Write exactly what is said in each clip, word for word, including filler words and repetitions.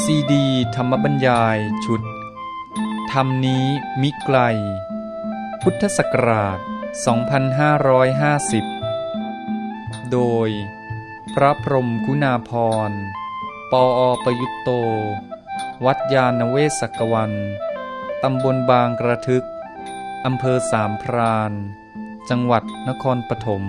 ซีดีธรรมบรรยายชุดธรรมนี้มิไกลพุทธศักราชสองพันห้าร้อยห้าสิบโดยพระพรหมคุณาภรณ์ปออประยุตโตวัดยาณเวศกวันตำบลบางกระทึกอำเภอสามพรานจังหวัดนครปฐม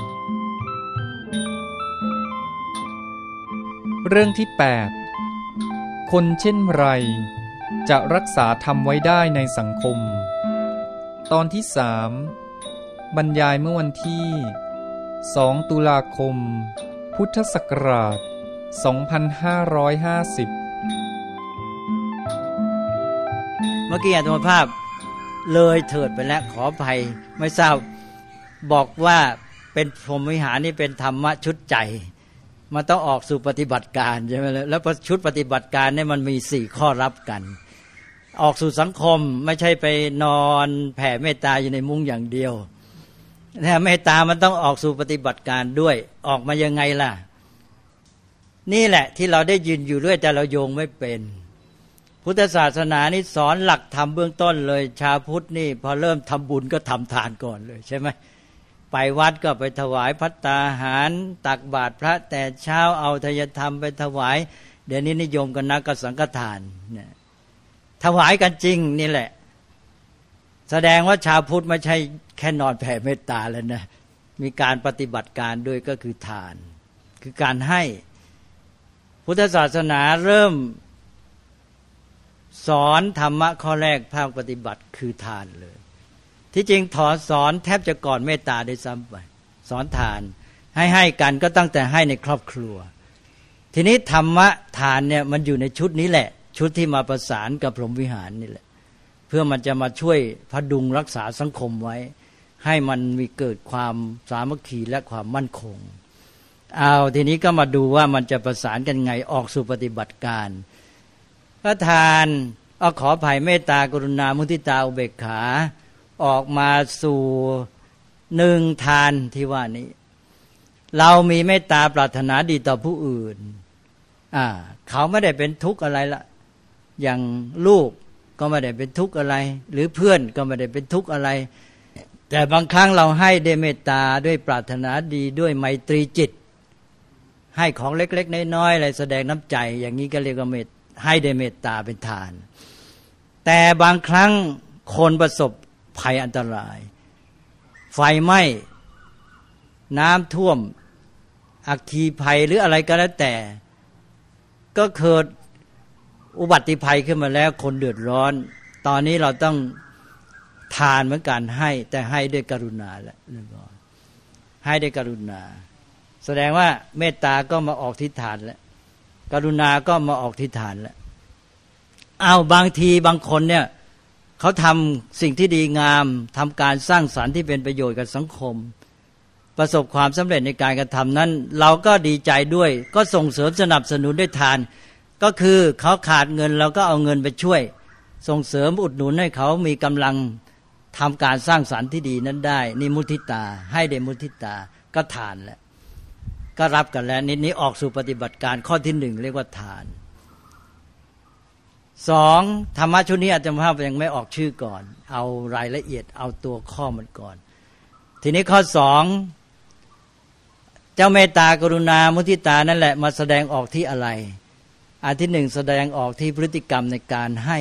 เรื่องที่แปดคนเช่นไรจะรักษาธรรมไว้ได้ในสังคมตอนที่สามบรรยายเมื่อวันที่สองตุลาคมพุทธศักราชสองพันห้าร้อยห้าสิบเมื่อกี้อาตมาภาพเลยเถิดไปแล้วขออภัยไม่ทราบบอกว่าเป็นพรหมวิหารนี่เป็นธรรมะชุดใจมันต้องออกสู่ปฏิบัติการใช่ไหมแล้วชุดปฏิบัติการเนี่ยมันมีสี่ข้อรับกันออกสู่สังคมไม่ใช่ไปนอนแผ่เมตตาอยู่ในมุ้งอย่างเดียวแต่เมตตามันต้องออกสู่ปฏิบัติการด้วยออกมายังไงล่ะนี่แหละที่เราได้ยืนอยู่ด้วยแต่เราโยงไม่เป็นพุทธศาสนานี่สอนหลักธรรมเบื้องต้นเลยชาวพุทธนี่พอเริ่มทำบุญก็ทำทานก่อนเลยใช่ไหมไปวัดก็ไปถวายภัตตาหารตักบาตรพระแต่เช้าเอาทายธรรมไปถวายเดี๋ยวนี้นิยมกันนักก็สังฆทานเนี่ยถวายกันจริงนี่แหละแสดงว่าชาวพุทธไม่ใช่แค่นอนแผ่เมตตาแล้วนะมีการปฏิบัติการด้วยก็คือทานคือการให้พุทธศาสนาเริ่มสอนธรรมะข้อแรกภาคปฏิบัติคือทานเลยที่จริงถอนสอนแทบจะก่อนเมตตาได้ซ้ำไปสอนทานให้ให้กันก็ตั้งแต่ให้ในครอบครัวทีนี้ธรรมะทานเนี่ยมันอยู่ในชุดนี้แหละชุดที่มาประสานกับพรหมวิหารนี่แหละเพื่อมันจะมาช่วยพดุงรักษาสังคมไว้ให้มันมีเกิดความสามัคคีและความมั่นคงเอาทีนี้ก็มาดูว่ามันจะประสานกันไงออกสู่ปฏิบัติการพระทานเอาขออภัยเมตตากรุณามุทิตาอุเบกขาออกมาสู่หนึ่งทานที่ว่านี้เรามีเมตตาปรารถนาดีต่อผู้อื่นอ่าเขาไม่ได้เป็นทุกข์อะไรละอย่างลูกก็ไม่ได้เป็นทุกข์อะไรหรือเพื่อนก็ไม่ได้เป็นทุกข์อะไรแต่บางครั้งเราให้ด้วยเมตตาด้วยปรารถนาดีด้วยไมตรีจิตให้ของเล็กๆน้อยๆอะไรแสดงน้ำใจอย่างนี้ก็เรียกว่าเมตให้ด้วยเมตตาเป็นทานแต่บางครั้งคนประสบภัยอันตรายไฟไหม้น้ำท่วมอัคคีภัยหรืออะไรก็แล้วแต่ก็เกิดอุบัติภัยขึ้นมาแล้วคนเดือดร้อนตอนนี้เราต้องทานเหมือนกันให้แต่ให้ด้วยกรุณาแล้วเรียบร้อยให้ด้วยกรุณาแสดงว่าเมตตาก็มาออกที่ทานแล้วกรุณาก็มาออกที่ทานแล้วเอาบางทีบางคนเนี่ยเขาทำสิ่งที่ดีงามทำการสร้างสรรค์ที่เป็นประโยชน์กับสังคมประสบความสำเร็จในการกระทำนั้นเราก็ดีใจด้วยก็ส่งเสริมสนับสนุนด้วยทานก็คือเขาขาดเงินเราก็เอาเงินไปช่วยส่งเสริมอุดหนุนให้เขามีกำลังทำการสร้างสรรค์ที่ดีนั้นได้นี่มุทิตาให้เดมุทิตาก็ทานแหละก็รับกันแล้วนิดนี้ออกสู่ปฏิบัติการข้อที่หนึ่งเรียกว่าทานสองธรรมะชุดนี้อาจารย์ภาพยังไม่ออกชื่อก่อนเอารายละเอียดเอาตัวข้อมันก่อนทีนี้ข้อสองเจ้าเมตตากรุณามุทิตานั่นแหละมาแสดงออกที่อะไรอันที่หนึ่งแสดงออกที่พฤติกรรมในการให้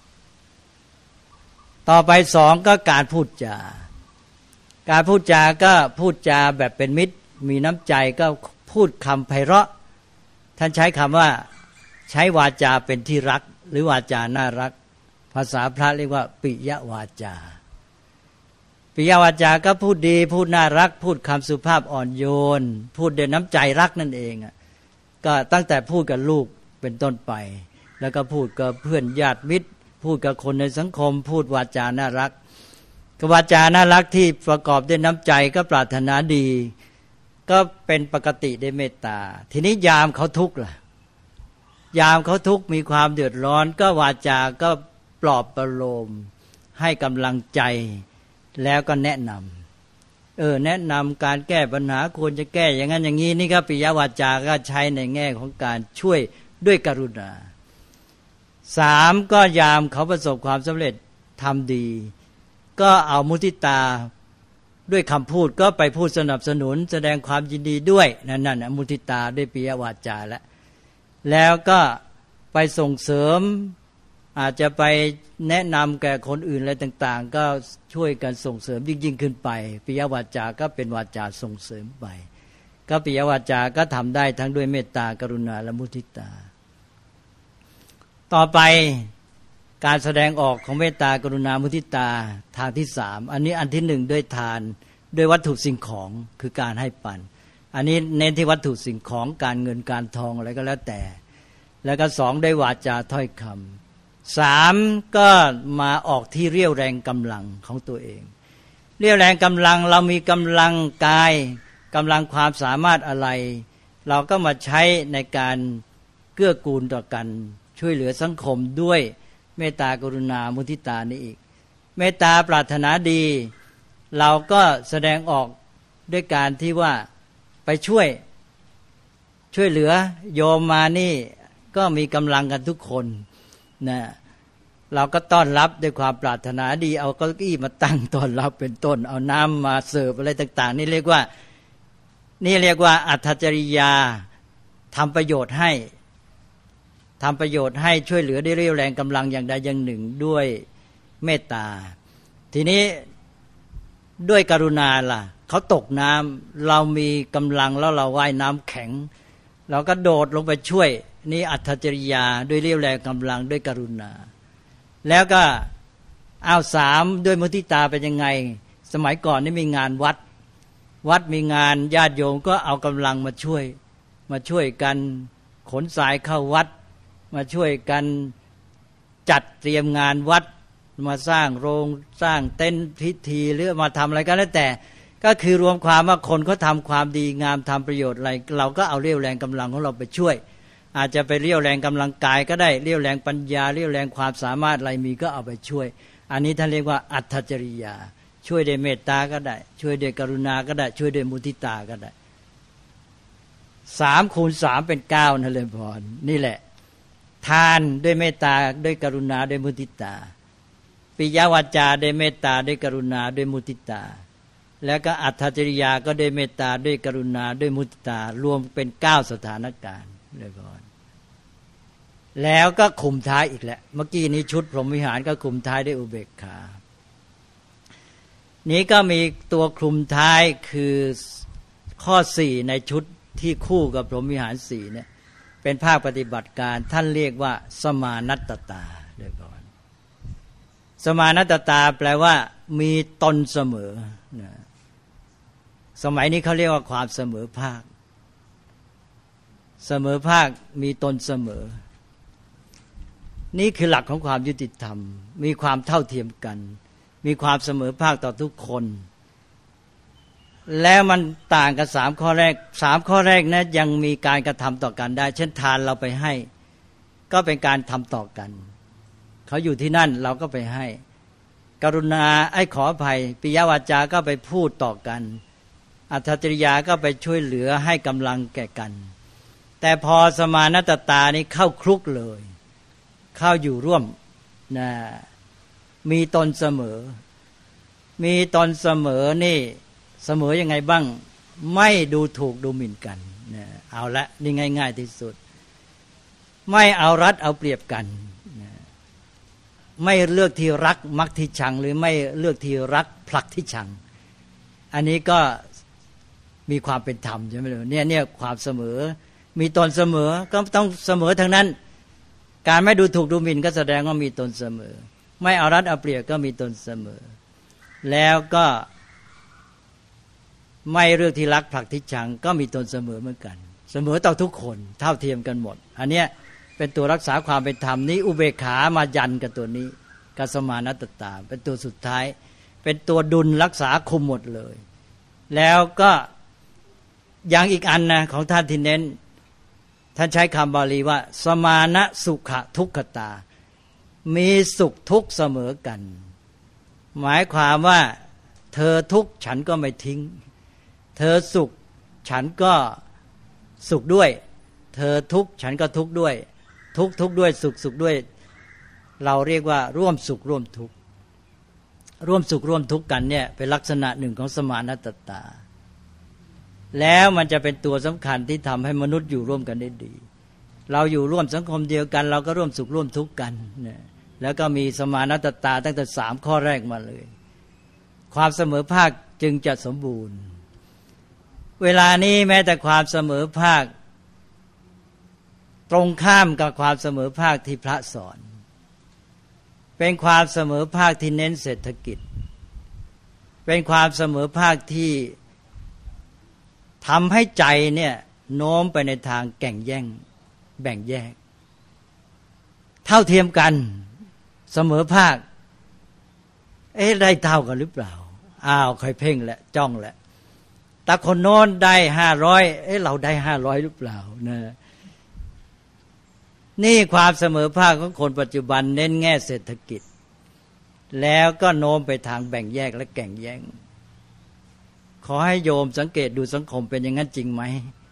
ต่อไปสองก็การพูดจาการพูดจาก็พูดจาแบบเป็นมิตรมีน้ำใจก็พูดคำไพเราะท่านใช้คำว่าใช้วาจาเป็นที่รักหรือวาจาน่ารักภาษาพระเรียกว่าปิยวาจาปิยวาจาก็พูดดีพูดน่ารักพูดคำสุภาพอ่อนโยนพูดด้วยน้ำใจรักนั่นเองก็ตั้งแต่พูดกับลูกเป็นต้นไปแล้วก็พูดกับเพื่อนญาติมิตรพูดกับคนในสังคมพูดวาจาน่ารักก็วาจาน่ารักที่ประกอบด้วยน้ำใจก็ปรารถนาดีก็เป็นปกติด้วยเมตตาทีนี้ยามเขาทุกข์ล่ะยามเขาทุกข์มีความเดือดร้อนก็วาจาก็ปลอบประโลมให้กำลังใจแล้วก็แนะนำเออแนะนำการแก้ปัญหาควรจะแก้อย่างนั้นอย่างนี้นี่ก็ปิยวาจาก็ใช้ในแง่ของการช่วยด้วยกรุณาสามก็ยามเขาประสบความสำเร็จทำดีก็เอามุทิตาด้วยคำพูดก็ไปพูดสนับสนุนแสดงความยินดีด้วยนั่นนั่นมุทิตาด้วยปิยวาจาแล้วแล้วก็ไปส่งเสริมอาจจะไปแนะนำแก่คนอื่นอะไรต่างๆก็ช่วยกันส่งเสริมยิ่งๆขึ้นไปปิยวาจาก็เป็นวาจาส่งเสริมไปก็ปิยวาจาก็ทำได้ทั้งด้วยเมตตากรุณาและมุทิตาต่อไปการแสดงออกของเมตตากรุณามุทิตาทางที่สามอันนี้อันที่หนึ่งด้วยทานด้วยวัตถุสิ่งของคือการให้ปันอันนี้เน้นที่วัตถุสิ่งของการเงินการทองอะไรก็แล้วแต่แล้วก็สองด้วยวาจาถ้อยคำสามก็มาออกที่เรี่ยวแรงกำลังของตัวเองเรี่ยวแรงกำลังเรามีกำลังกายกำลังความสามารถอะไรเราก็มาใช้ในการเกื้อกูลต่อกันช่วยเหลือสังคมด้วยเมตตากรุณามุทิตานี่อีกเมตตาปรารถนาดีเราก็แสดงออกด้วยการที่ว่าไปช่วยช่วยเหลือโยมมานี่ก็มีกำลังกันทุกคนนะเราก็ต้อนรับด้วยความปรารถนาดีเอาเก้าอี้มาตั้งต้อนรับเป็นต้นเอาน้ำมาเสิร์ฟอะไรต่างๆนี่เรียกว่านี่เรียกว่าอัตถจริยาทำประโยชน์ให้ทำประโยชน์ให้ช่วยเหลือได้เรี่ยวแรงกำลังอย่างใดอย่างหนึ่งด้วยเมตตาทีนี้ด้วยกรุณาล่ะเขาตกน้ำเรามีกำลังแล้วเราว่ายน้ำแข็งเราก็โดดลงไปช่วยนี่อัตถจริยาด้วยเรี่ยวแรงกำลังด้วยกรุณาแล้วก็เอาสามด้วยมุทิตาเป็นยังไงสมัยก่อนนี่มีงานวัดวัดมีงานญาติโยมก็เอากำลังมาช่วยมาช่วยกันขนทรายเข้าวัดมาช่วยกันจัดเตรียมงานวัดมาสร้างโรงสร้างเต็นท์พิธีหรือมาทำอะไรก็แล้วแต่ก็คือรวมความว่าคนเขาทำความดีงามทำประโยชน์อะไรเราก็เอาเรี่ยวแรงกำลังของเราไปช่วยอาจจะไปเรี่ยวแรงกำลังกายก็ได้เรี่ยวแรงปัญญาเรี่ยวแรงความสามารถอะไรมีก็เอาไปช่วยอันนี้ท่านเรียกว่าอัตถจริยาช่วยด้วยเมตตาก็ได้ช่วยด้วยกรุณาก็ได้ช่วยด้วยมุทิตาก็ได้สามคูณสามเป็นเก้านะเลยพรนี่แหละทานด้วยเมตตาด้วยกรุณาด้วยมุทิตาปิยวาจาด้วยเมตตาด้วยกรุณาด้วยมุทิตาแล้วก็อัตถจริยาก็ด้วยเมตตาด้วยกรุณาด้วยมุทิตารวมเป็นเก้าสถานการณ์เลยพรแล้วก็คุมท้ายอีกแล้วเมื่อกี้นี้ชุดพรหมวิหารก็คุมท้ายด้วยอุเบกขานี้ก็มีตัวคลุมท้ายคือข้อสี่ในชุดที่คู่กับพรหมวิหารสี่เนี่ยเป็นภาคปฏิบัติการท่านเรียกว่าสมานัตตตาเดี๋ยวก่อนสมานัตตตาแปลว่ามีตนเสมอนะสมัยนี้เขาเรียกว่าความเสมอภาคเสมอภาคมีตนเสมอนี่คือหลักของความยุติธรรมมีความเท่าเทียมกันมีความเสมอภาคต่อทุกคนแล้วมันต่างกันสามข้อแรกสามข้อแรกนะยังมีการกระทำต่อกันได้เช่นทานเราไปให้ก็เป็นการทำต่อกันเขาอยู่ที่นั่นเราก็ไปให้กรุณาไอ้ขออภัยปิยวาจาก็ไปพูดต่อกันอัตถจริยาก็ไปช่วยเหลือให้กำลังแก่กันแต่พอสมานัตตานี้เข้าคลุกเลยเข้าอยู่ร่วมนะมีตนเสมอมีตนเสมอนี่เสมอยังไงบ้างไม่ดูถูกดูหมิ่นกันนะเอาละนี่ง่ายๆที่สุดไม่เอารัดเอาเปรียบกันนะไม่เลือกที่รักมักที่ชังหรือไม่เลือกที่รักผลักที่ชังอันนี้ก็มีความเป็นธรรมใช่ไหมล่ะเนี่ยเนี่ยความเสมอมีตนเสมอก็ต้องเสมอทั้งนั้นการไม่ดูถูกดูหมิ่นก็แสดงว่ามีตนเสมอไม่เอารัดเอาเปรียบก็มีตนเสมอแล้วก็ไม่เลือกที่รักผลักที่ชังก็มีตนเสมอเหมือนกันเสมอต่อทุกคนเท่าเทียมกันหมดอันเนี้ยเป็นตัวรักษาความเป็นธรรมนี้อุเบกขามายันกับตัวนี้กัสมานัตตาเป็นตัวสุดท้ายเป็นตัวดุลรักษาคุมหมดเลยแล้วก็อย่างอีกอันนะของท่านที่เน้นท่านใช้คำบาลีว่าสมานะสุขทุกขตามีสุขทุกข์เสมอกันหมายความว่าเธอทุกข์ฉันก็ไม่ทิ้งเธอสุขฉันก็สุขด้วยเธอทุกข์ฉันก็ทุกข์ด้วยทุกข์ทุกข์ด้วยสุขสุขด้วยเราเรียกว่าร่วมสุขร่วมทุกข์ร่วมสุขร่วมทุกข์กันเนี่ยเป็นลักษณะหนึ่งของสมานัตตาแล้วมันจะเป็นตัวสำคัญที่ทำให้มนุษย์อยู่ร่วมกันได้ดีเราอยู่ร่วมสังคมเดียวกันเราก็ร่วมสุขร่วมทุกข์กันเนี่ยแล้วก็มีสมานัตตาตั้งแต่สามข้อแรกมาเลยความเสมอภาคจึงจะสมบูรณ์เวลานี้แม้แต่ความเสมอภาคตรงข้ามกับความเสมอภาคที่พระสอนเป็นความเสมอภาคที่เน้นเศรษฐกิจเป็นความเสมอภาคที่ทำให้ใจเนี่ยโน้มไปในทางแข่งแย่งแบ่งแยกเท่าเทียมกันเสมอภาคเอ๊ะได้เท่ากันหรือเปล่าอ้าวค่อยเพ่งแหละจ้องแหละแต่คนโน้นได้ห้าร้อยเอ๊ะเราได้ห้าร้อยหรือเปล่านะนี่ความเสมอภาคของคนปัจจุบันเน้นแง่เศรษฐกิจแล้วก็โน้มไปทางแบ่งแยกและแข่งแย่งขอให้โยมสังเกตดูสังคมเป็นอย่างนั้นจริงไหม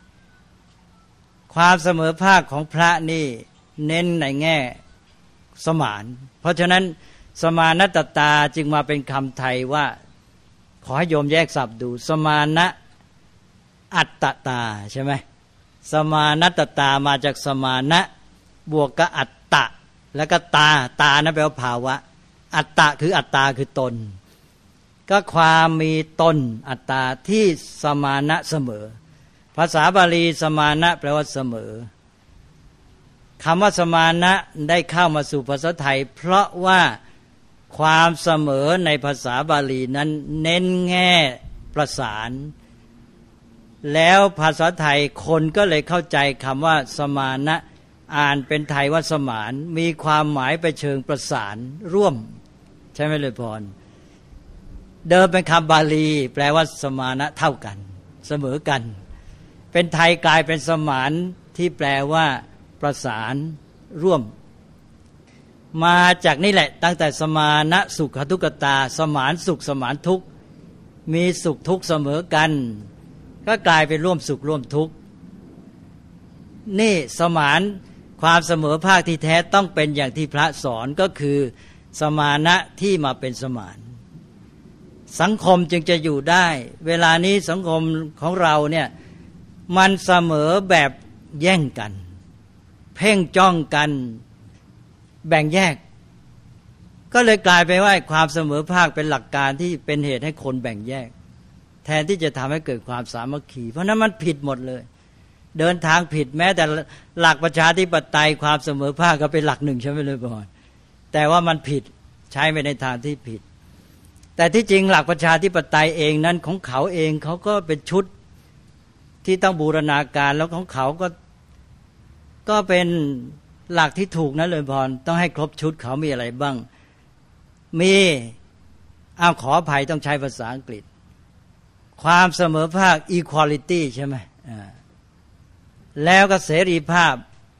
ความเสมอภาคของพระนี่เน้นในแง่สมานเพราะฉะนั้นสมานัตตาจึงมาเป็นคำไทยว่าขอให้โยมแยกศัพท์ดูสมานะอัตตตาใช่ไหมสมานัตตามาจากสมานะบวกกับอัตตะแล้วก็ตาตานะแปลว่าภาวะอัตตะคืออัตตาคือตนก็ความมีตนอัตตาที่สมานะเสมอภาษาบาลีสมานะแปลว่าเสมอคำว่าสมานะได้เข้ามาสู่ภาษาไทยเพราะว่าความเสมอในภาษาบาลีนั้นเน้นแง่ประสานแล้วภาษาไทยคนก็เลยเข้าใจคำว่าสมานะอ่านเป็นไทยว่าสมานมีความหมายไปเชิงประสานร่วมใช่ไหมเลยพรเดิมเป็นคำบาลีแปลว่าสมานะเท่ากันเสมอกันเป็นไทยกลายเป็นสมานที่แปลว่าประสานร่วมมาจากนี่แหละตั้งแต่สมานะสุขทุกขตาสมานสุขสมานทุกข์มีสุขทุกข์เสมอกันก็กลายเป็นร่วมสุขร่วมทุกข์นี่สมานความเสมอภาคที่แท้ต้องเป็นอย่างที่พระสอนก็คือสมานะที่มาเป็นสมานสังคมจึงจะอยู่ได้เวลานี้สังคมของเราเนี่ยมันเสมอแบบแย่งกันเพ่งจ้องกันแบ่งแยกก็เลยกลายไปว่าความเสมอภาคเป็นหลักการที่เป็นเหตุให้คนแบ่งแยกแทนที่จะทำให้เกิดความสามัคคีเพราะนั้นมันผิดหมดเลยเดินทางผิดแม้แต่หลักประชาธิปไตยความเสมอภาคก็เป็นหลักหนึ่งใช่ไหมเลยบอยแต่ว่ามันผิดใช้ไปในทางที่ผิดแต่ที่จริงหลักประชาธิปไตยเองนั้นของเขาเองเขาก็เป็นชุดที่ต้องบูรณาการแล้วของเขาก็ก็เป็นหลักที่ถูกนะเลยพรต้องให้ครบชุดเขามีอะไรบ้างมีอ้าวขออภัยต้องใช้ภาษาอังกฤษความเสมอภาค equality ใช่ไหมอ่าแล้วก็เสรีภาพ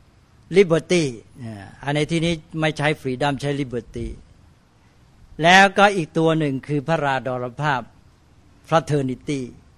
liberty อันในที่นี้ไม่ใช้ freedom ใช้ liberty แล้วก็อีกตัวหนึ่งคือพระราดรภาพ fraternity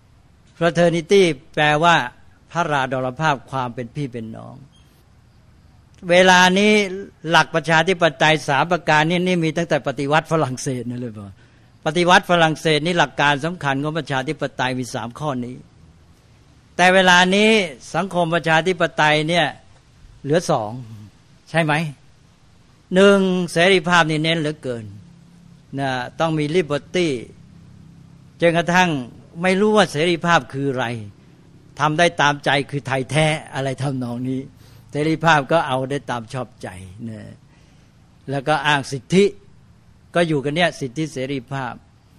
fraternity แปลว่าพระราดรภาพความเป็นพี่เป็นน้องเวลานี้หลักประชาธิปไตยสามประการนี้นี่มีตั้งแต่ปฏิวัติฝรั่งเศสนั่นเลยบ่ปฏิวัติฝรั่งเศสนี่หลักการสำคัญของประชาธิปไตยมีสามข้อนี้แต่เวลานี้สังคมประชาธิปไตยเนี่ยเหลือสองใช่ไหมหนึ่งเสรีภาพนี่เน้นเหลือเกินนะต้องมี liberty จนกระทั่งไม่รู้ว่าเสรีภาพคืออะไรทำได้ตามใจคือไทยแท้อะไรทำนองนี้เสรีภาพก็เอาได้ตามชอบใจนะแล้วก็อ้างสิทธิก็อยู่กันเนี่ยสิทธิเสรีภาพ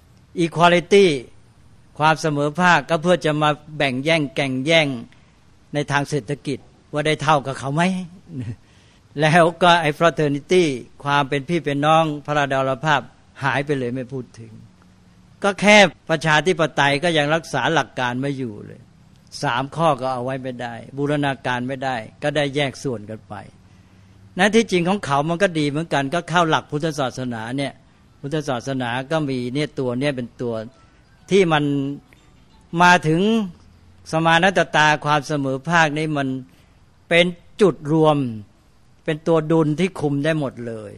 equality ความเสมอภาคก็เพื่อจะมาแบ่งแย่งแข่งแย่งในทางเศรษฐกิจว่าได้เท่ากับเขาไหมแล้วก็ไอ้ fraternity ความเป็นพี่เป็นน้องพระราดรภาพหายไปเลยไม่พูดถึงก็แค่ประชาธิปไตยก็ยังรักษาหลักการไม่อยู่เลยสามข้อก็เอาไว้ไม่ได้บูรณาการไม่ได้ก็ได้แยกส่วนกันไปนั้นที่จริงของเขามันก็ดีเหมือนกันก็เข้าหลักพุทธศาสนาเนี่ยพุทธศาสนาก็มีเนี่ยตัวเนี่ยเป็นตัวที่มันมาถึงสมานัตตาความเสมอภาคนี้มันเป็นจุดรวมเป็นตัวดุลที่คุมได้หมดเลย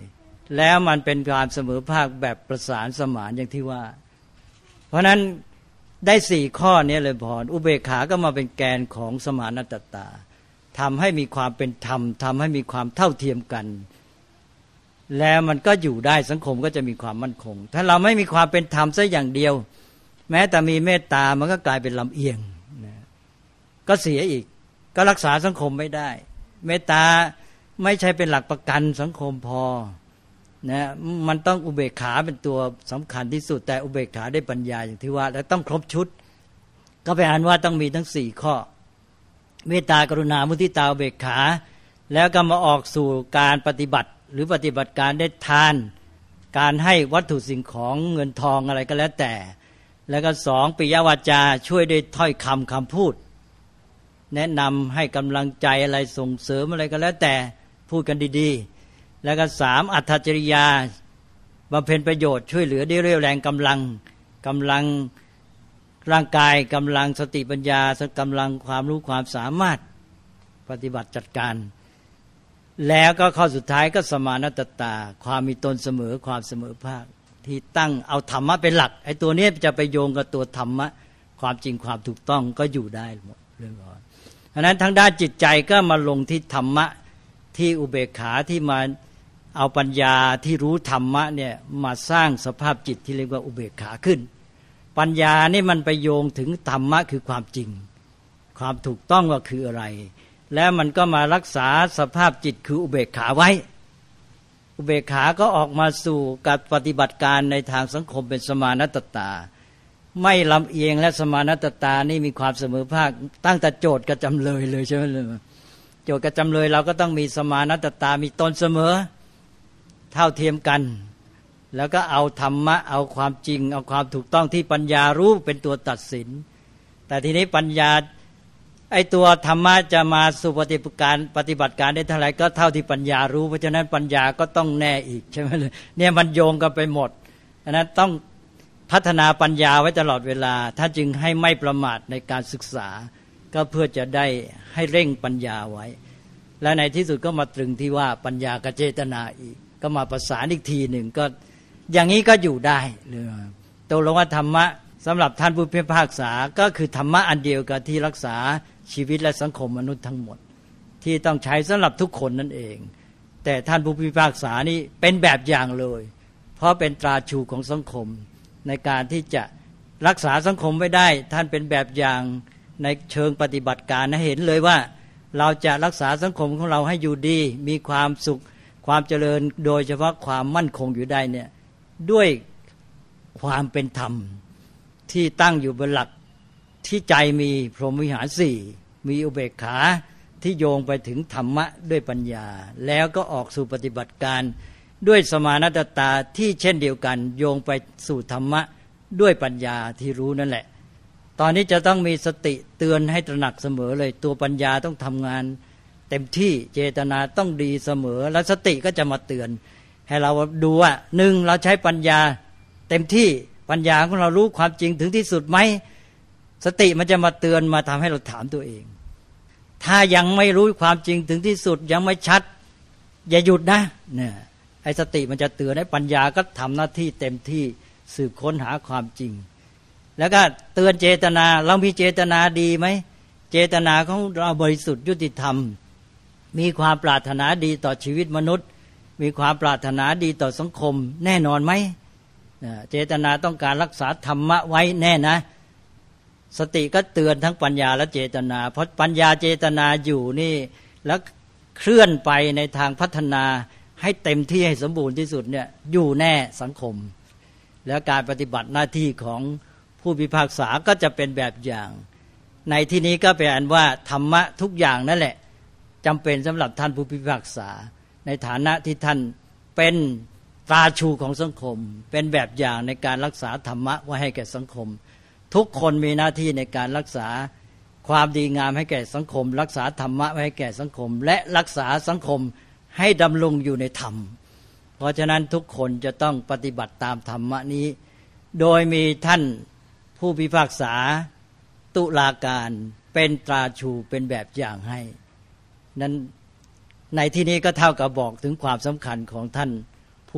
แล้วมันเป็นการเสมอภาคแบบประสานสมานอย่างที่ว่าเพราะนั้นได้สี่ข้อนี้เลยพรอุเบกขาก็มาเป็นแกนของสมานตตาทำให้มีความเป็นธรรมทำให้มีความเท่าเทียมกันแล้วมันก็อยู่ได้สังคมก็จะมีความมั่นคงถ้าเราไม่มีความเป็นธรรมซะอย่างเดียวแม้แต่มีเมตตามันก็กลายเป็นลำเอียงนะก็เสียอีกก็รักษาสังคมไม่ได้เมตตาไม่ใช่เป็นหลักประกันสังคมพอนะมันต้องอุเบกขาเป็นตัวสำคัญที่สุดแต่อุเบกขาได้ปัญญาอย่างที่ว่าแล้วต้องครบชุดก็ไปอ่านว่าต้องมีทั้งสี่ข้อเมตตากรุณามุทิตาอุเบกขาแล้วก็มาออกสู่การปฏิบัติหรือปฏิบัติการได้ทานการให้วัตถุสิ่งของเงินทองอะไรก็แล้วแต่แล้วก็สองปิยวาจาช่วยด้วยถ้อยคำคำพูดแนะนำให้กำลังใจอะไรส่งเสริมอะไรก็แล้วแต่พูดกันดีๆแล้วก็สามอัตถจริยาบำเพ็ญประโยชน์ช่วยเหลือด้วยเรี่ยวแรงกำลังกำลังร่างกายกำลังสติปัญญากำลังความรู้ความสามารถปฏิบัติจัดการแล้วก็ข้อสุดท้ายก็สมานตตาความมีตนเสมอความเสมอภาคที่ตั้งเอาธรรมะเป็นหลักไอ้ตัวนี้จะไปโยงกับตัวธรรมะความจริงความถูกต้องก็อยู่ได้หมดเรื่องราวเพราะนั้นทางด้านจิตใจก็มาลงที่ธรรมะที่อุเบกขาที่มาเอาปัญญาที่รู้ธรรมะเนี่ยมาสร้างสภาพจิตที่เรียกว่าอุเบกขาขึ้นปัญญานี่มันไปโยงถึงธรรมะคือความจริงความถูกต้องว่าคืออะไรแล้วมันก็มารักษาสภาพจิตคืออุเบกขาไว้อุเบกขาก็ออกมาสู่การปฏิบัติการในทางสังคมเป็นสมานตตาไม่ลำเอียงและสมานตตานี่มีความเสมอภาคตั้งแต่โจทย์กับจำเลยเลยใช่ไหมเลยโจทย์กับจำเลยเราก็ต้องมีสมานตตามีตนเสมอเท่าเทียมกันแล้วก็เอาธรรมะเอาความจริงเอาความถูกต้องที่ปัญญารู้เป็นตัวตัดสินแต่ทีนี้ปัญญาไอ้ตัวธรรมะจะมาสู่ปฏิบัติการปฏิบัติการได้เท่าไหร่ก็เท่าที่ปัญญารู้เพราะฉะนั้นปัญญาก็ต้องแน่อีกใช่ไหมเนี่ยมันโยงกันไปหมดฉะนั้นต้องพัฒนาปัญญาไว้ตลอดเวลาถ้าจึงให้ไม่ประมาทในการศึกษาก็เพื่อจะได้ให้เร่งปัญญาไว้และในที่สุดก็มาตรึงที่ว่าปัญญากับเจตนาอีกก็มาประสานอีกทีหนึ่งก็อย่างนี้ก็อยู่ได้เลยตกลงว่าธรรมะสำหรับท่านผู้พิพากษาก็คือธรรมะอันเดียวกับที่รักษาชีวิตและสังคมมนุษย์ทั้งหมดที่ต้องใช้สำหรับทุกคนนั่นเองแต่ท่านผู้พิพากษานี่เป็นแบบอย่างเลยเพราะเป็นตราชูของสังคมในการที่จะรักษาสังคมไว้ได้ท่านเป็นแบบอย่างในเชิงปฏิบัติการให้เห็นเลยว่าเราจะรักษาสังคมของเราให้อยู่ดีมีความสุขความเจริญโดยเฉพาะความมั่นคงอยู่ได้เนี่ยด้วยความเป็นธรรมที่ตั้งอยู่บนหลักที่ใจมีพรหมวิหารสี่มีอุเบกขาที่โยงไปถึงธรรมะด้วยปัญญาแล้วก็ออกสู่ปฏิบัติการด้วยสมานตตาที่เช่นเดียวกันโยงไปสู่ธรรมะด้วยปัญญาที่รู้นั่นแหละตอนนี้จะต้องมีสติเตือนให้ตระหนักเสมอเลยตัวปัญญาต้องทำงานเต็มที่เจตนาต้องดีเสมอแล้วสติก็จะมาเตือนให้เราดูว่าหนึ่งเราใช้ปัญญาเต็มที่ปัญญาของเรารู้ความจริงถึงที่สุดไหมสติมันจะมาเตือนมาทำให้เราถามตัวเองถ้ายังไม่รู้ความจริงถึงที่สุดยังไม่ชัดอย่าหยุดนะเนี่ยไอ้สติมันจะเตือนให้ปัญญาก็ทำหน้าที่เต็มที่สืบค้นหาความจริงแล้วก็เตือนเจตนาเรามีเจตนาดีไหมเจตนาของเราบริสุทธิ์ยุติธรรมมีความปรารถนาดีต่อชีวิตมนุษย์มีความปรารถนาดีต่อสังคมแน่นอนไหมเจตนาต้องการรักษาธรรมะไว้แน่นะสติก็เตือนทั้งปัญญาและเจตนาเพราะปัญญาเจตนาอยู่นี่แล้วเคลื่อนไปในทางพัฒนาให้เต็มที่ให้สมบูรณ์ที่สุดเนี่ยอยู่แน่สังคมแล้วการปฏิบัติหน้าที่ของผู้พิพากษาก็จะเป็นแบบอย่างในที่นี้ก็เป็นอันว่าธรรมะทุกอย่างนั่นแหละจำเป็นสำหรับท่านผู้พิพากษาในฐานะที่ท่านเป็นตราชูของสังคมเป็นแบบอย่างในการรักษาธรรมะไว้ให้แก่สังคมทุกคนมีหน้าที่ในการรักษาความดีงามให้แก่สังคมรักษาธรรมะไว้ให้แก่สังคมและรักษาสังคมให้ดำรงอยู่ในธรรมเพราะฉะนั้นทุกคนจะต้องปฏิบัติตามธรรมะนี้โดยมีท่านผู้พิพากษาตุลาการเป็นตราชูเป็นแบบอย่างให้นั้นในที่นี้ก็เท่ากับบอกถึงความสำคัญของท่านผู้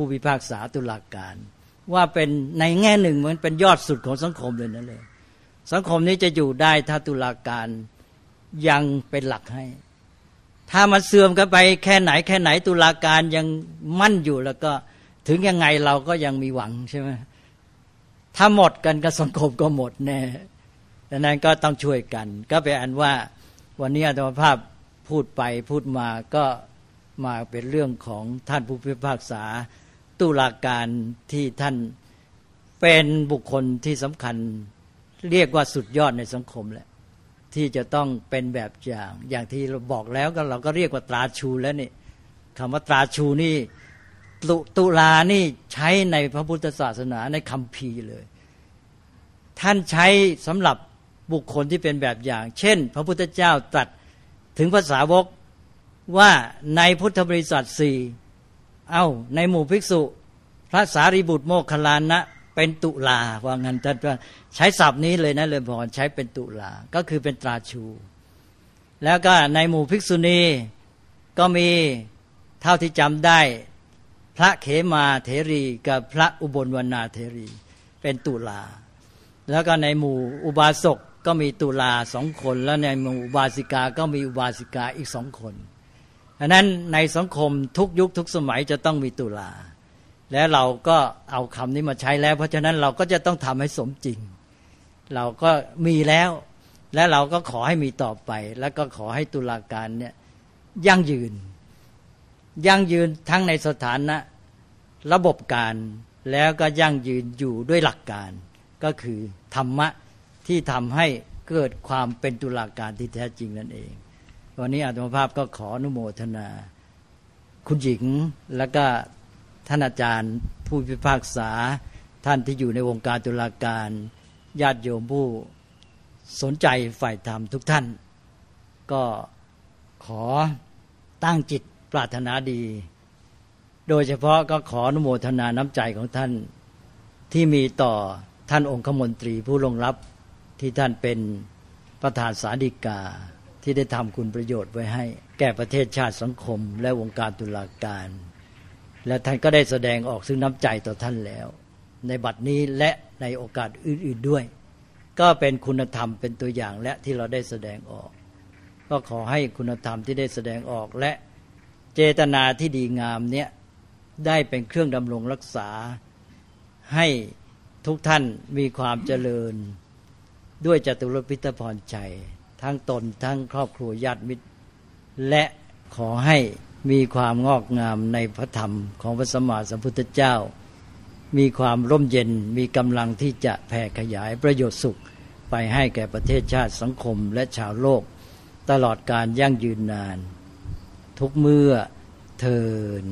ผู้พิพากษาตุลาการว่าเป็นในแง่หนึ่งมันเป็นยอดสุดของสังคมเลยนั่นเลยสังคมนี้จะอยู่ได้ถ้าตุลาการยังเป็นหลักให้ถ้ามันเสื่อมกันไปแค่ไหนแค่ไหนตุลาการยังมั่นอยู่แล้วก็ถึงยังไงเราก็ยังมีหวังใช่ไหมถ้าหมดกันก็สังคมก็หมดแน่ดังนั้นก็ต้องช่วยกันก็เป็นอันว่าวันนี้อาตมาภาพพูดไปพูดมาก็มาเป็นเรื่องของท่านผู้พิพากษาตุลาการที่ท่านเป็นบุคคลที่สำคัญเรียกว่าสุดยอดในสังคมแหละที่จะต้องเป็นแบบอย่างอย่างที่เราบอกแล้วก็เราก็เรียกว่าตราชูแล้วนี่คำว่าตราชูนี่ตุตุลานี่ใช้ในพระพุทธศาสนาในคัมภีร์เลยท่านใช้สำหรับบุคคลที่เป็นแบบอย่างเช่นพระพุทธเจ้าตรัสถึงพระสาวกว่าในพุทธบริษัทสี่เอ้าในหมู่ภิกษุพระสารีบุตรโมคคัลลานะเป็นตุลาว่างั้นท่านใช้ศัพท์นี้เลยนะเลยพรใช้เป็นตุลาก็คือเป็นตราชูแล้วก็ในหมู่ภิกษุณีก็มีเท่าที่จำได้พระเขมาเถรีกับพระอุบลวรรณาเถรีเป็นตุลาแล้วก็ในหมู่อุบาสกก็มีตุลาสองคนแล้วในหมู่อุบาสิกาก็มีอุบาสิกาอีกสองคนฉะนั้นในสังคมทุกยุคทุกสมัยจะต้องมีตุลาและเราก็เอาคำนี้มาใช้แล้วเพราะฉะนั้นเราก็จะต้องทำให้สมจริงเราก็มีแล้วและเราก็ขอให้มีต่อไปแล้วก็ขอให้ตุลาการเนี่ยยั่งยืนยั่งยืนทั้งในสถานะระบบการแล้วก็ยั่งยืนอยู่ด้วยหลักการก็คือธรรมะที่ทำให้เกิดความเป็นตุลาการที่แท้จริงนั่นเองวันนี้อาตมาภาพก็ขออนุโมทนาคุณหญิงแล้วก็ท่านอาจารย์ผู้พิพากษาท่านที่อยู่ในวงการตุลาการญาติโยมผู้สนใจฝ่ายธรรมทุกท่านก็ขอตั้งจิตปรารถนาดีโดยเฉพาะก็ขออนุโมทนาน้ำใจของท่านที่มีต่อท่านองคมนตรีผู้ลงรับที่ท่านเป็นประธานศาลฎีกาที่ได้ทำคุณประโยชน์ไว้ให้แก่ประเทศชาติสังคมและวงการตุลาการและท่านก็ได้แสดงออกซึ่งน้ำใจต่อท่านแล้วในบัดนี้และในโอกาสอื่นๆด้วยก็เป็นคุณธรรมเป็นตัวอย่างและที่เราได้แสดงออกก็ขอให้คุณธรรมที่ได้แสดงออกและเจตนาที่ดีงามเนี้ยได้เป็นเครื่องดำรงรักษาให้ทุกท่านมีความเจริญด้วยจตุรพิทพรชัยทั้งตนทั้งครอบครัวญาติมิตรและขอให้มีความงอกงามในพระธรรมของพระสัมมาสัมพุทธเจ้ามีความร่มเย็นมีกำลังที่จะแผ่ขยายประโยชน์สุขไปให้แก่ประเทศชาติสังคมและชาวโลกตลอดการยั่งยืนนานทุกเมื่อเทิน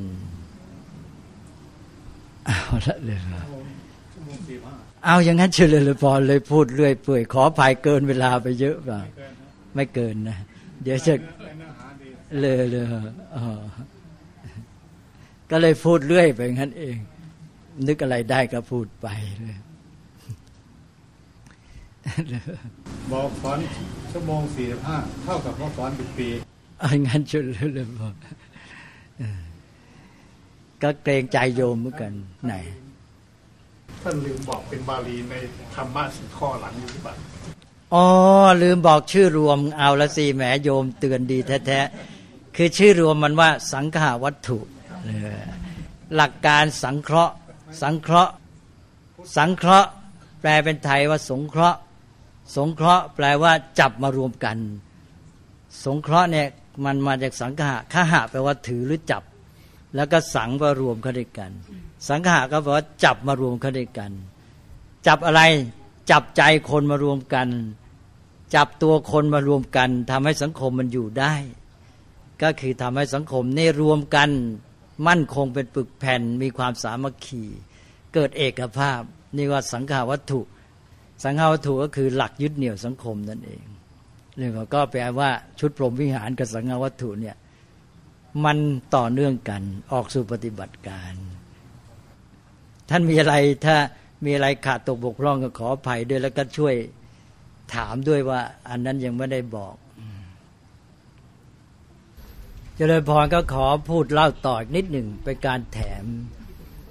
เอาละเลยเอาอย่างนั้นเฉลิมพรเลยพูดเรื่อยเปื่อยขออภัยเกินเวลาไปเยอะป่ะไม่เกินนะเดี๋ยวจะเลยเลยก็เลยพูดเรื่อยไปงั้นเองนึกอะไรได้ก็พูดไปเลยบอกสอนชั่วโมงสี่สิบห้าเท่ากับว่าสอนเป็นปีเอางั้นเฉลิมพรก็เกรงใจโยมเหมือนกันไหนท่านลืมบอกเป็นบาลีในธรรมะสิบข้อหลังหรือเปล่าอ๋อลืมบอกชื่อรวมเอาละสิแหมโยมเตือนดีแท้ๆคือชื่อรวมมันว่าสังฆาวัตถุหลักการสังเคราะห์สังเคราะห์สังเคราะห์แปลเป็นไทยว่าสงเคราะห์สงเคราะห์แปลว่าจับมารวมกันสงเคราะห์เนี่ยมันมาจากสังฆะฆะหะแปลว่าถือหรือจับแล้วก็สังว่ารวมเข้าด้วยกันสังฆะก็แปลว่าจับมารวมเข้าด้วยกันจับอะไรจับใจคนมารวมกันจับตัวคนมารวมกันทำให้สังคมมันอยู่ได้ก็คือทำให้สังคมนี่รวมกันมั่นคงเป็นปึกแผ่นมีความสามัคคีเกิดเอกภาพนี่ว่าสังฆาวัตถุสังฆาวัตถุก็คือหลักยึดเหนี่ยวสังคมนั่นเองเรื่องก็แปลว่าชุดพรหมวิหารกับสังฆาวัตถุเนี่ยมันต่อเนื่องกันออกสู่ปฏิบัติการท่านมีอะไรถ้ามีอะไรขาดตกบกพร่องก็ขออภัยด้วยแล้วก็ช่วยถามด้วยว่าอันนั้นยังไม่ได้บอกเจริญพรก็ขอพูดเล่าต่ออีกนิดหนึ่งเป็นการแถม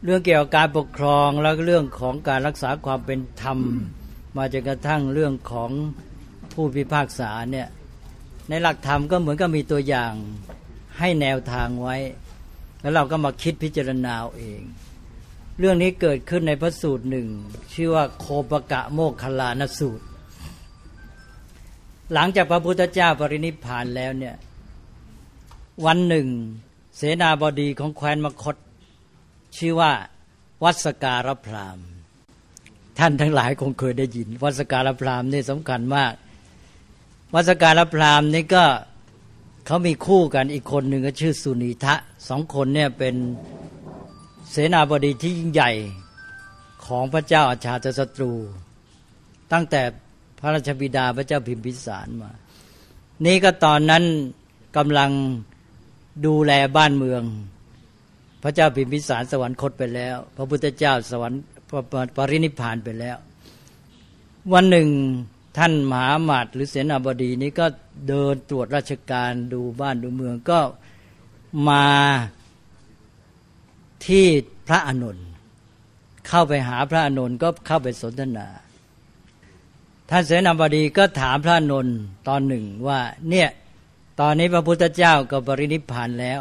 เรื่องเกี่ยวกับการปกครองแล้วเรื่องของการรักษาความเป็นธรรมมาจนกระทั่งเรื่องของผู้พิพากษาเนี่ยในหลักธรรมก็เหมือนกับมีตัวอย่างให้แนวทางไว้แล้วเราก็มาคิดพิจารณาเองเรื่องนี้เกิดขึ้นในพระสูตรหนึ่งชื่อว่าโคปกะโมคคัลลานสูตรหลังจากพระพุทธเจ้าปรินิพพานแล้วเนี่ยวันหนึ่งเสนาบดีของแคว้นมคธชื่อว่าวัสการพราหมณ์ท่านทั้งหลายคงเคยได้ยินวัสการพราหมณ์นี่สำคัญมากวัสการพราหมณ์นี่ก็เขามีคู่กันอีกคนหนึ่งก็ชื่อสุนีทะสองคนเนี่ยเป็นเสนาบดีที่ยิ่งใหญ่ของพระเจ้าอาชาตศัตรูตั้งแต่พระราชบิดาพระเจ้าพิมพิสารมานี่ก็ตอนนั้นกำลังดูแลบ้านเมืองพระเจ้าพิมพิสารสวรรคตไปแล้วพระพุทธเจ้าสวรรค์ปรินิพพานไปแล้ววันหนึ่งท่านมหาอมาตย์หรือเสนาบดีนี้ก็เดินตรวจราชการดูบ้านดูเมืองก็มาที่พระอานนท์เข้าไปหาพระอานนท์ก็เข้าไปสนทนาท่านเสนาบดีก็ถามพระอานนท์ตอนหนึ่งว่าเนี่ยตอนนี้พระพุทธเจ้าก็ปรินิพพานแล้ว